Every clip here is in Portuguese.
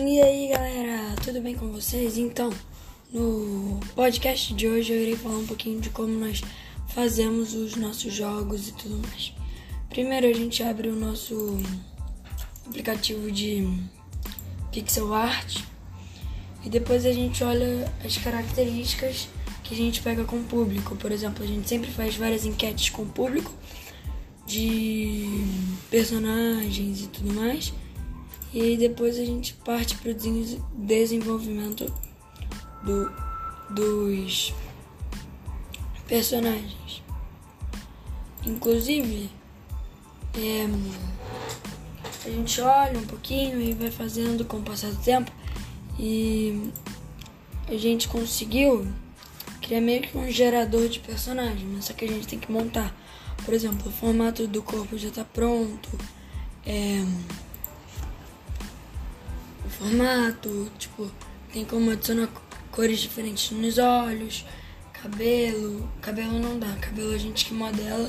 E aí galera, tudo bem com vocês? Então, no podcast de hoje eu irei falar um pouquinho de como nós fazemos os nossos jogos e tudo mais. Primeiro a gente abre o nosso aplicativo de pixel art e depois a gente olha as características que a gente pega com o público. Por exemplo, a gente sempre faz várias enquetes com o público de personagens e tudo mais. E aí depois a gente parte para o desenvolvimento dos personagens. Inclusive, a gente olha um pouquinho e vai fazendo com o passar do tempo. E a gente conseguiu criar meio que um gerador de personagens, mas só que a gente tem que montar. Por exemplo, o formato do corpo já está pronto. O formato, tem como adicionar cores diferentes nos olhos, cabelo não dá, cabelo a gente que modela,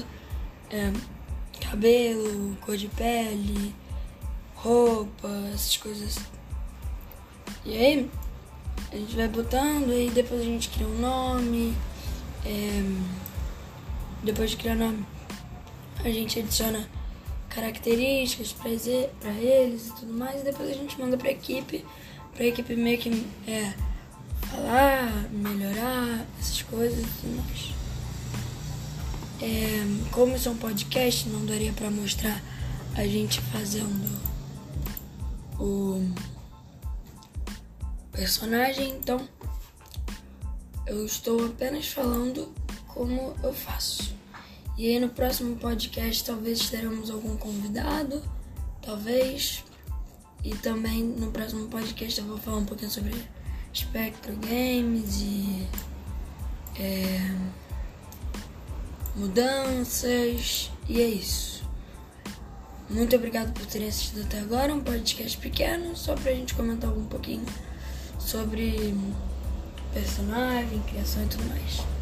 cabelo, cor de pele, roupa, essas coisas. E aí, a gente vai botando, e depois a gente cria um nome, depois de criar nome, a gente adiciona características para eles e tudo mais, e depois a gente manda para a equipe meio que falar, melhorar essas coisas e tudo mais. Como isso é um podcast, não daria para mostrar a gente fazendo o personagem, então eu estou apenas falando como eu faço. E aí no próximo podcast talvez teremos algum convidado, talvez. E também no próximo podcast eu vou falar um pouquinho sobre Spectro Games e mudanças. E é isso. Muito obrigado por terem assistido até agora. Um podcast pequeno, só pra gente comentar um pouquinho sobre personagem, criação e tudo mais.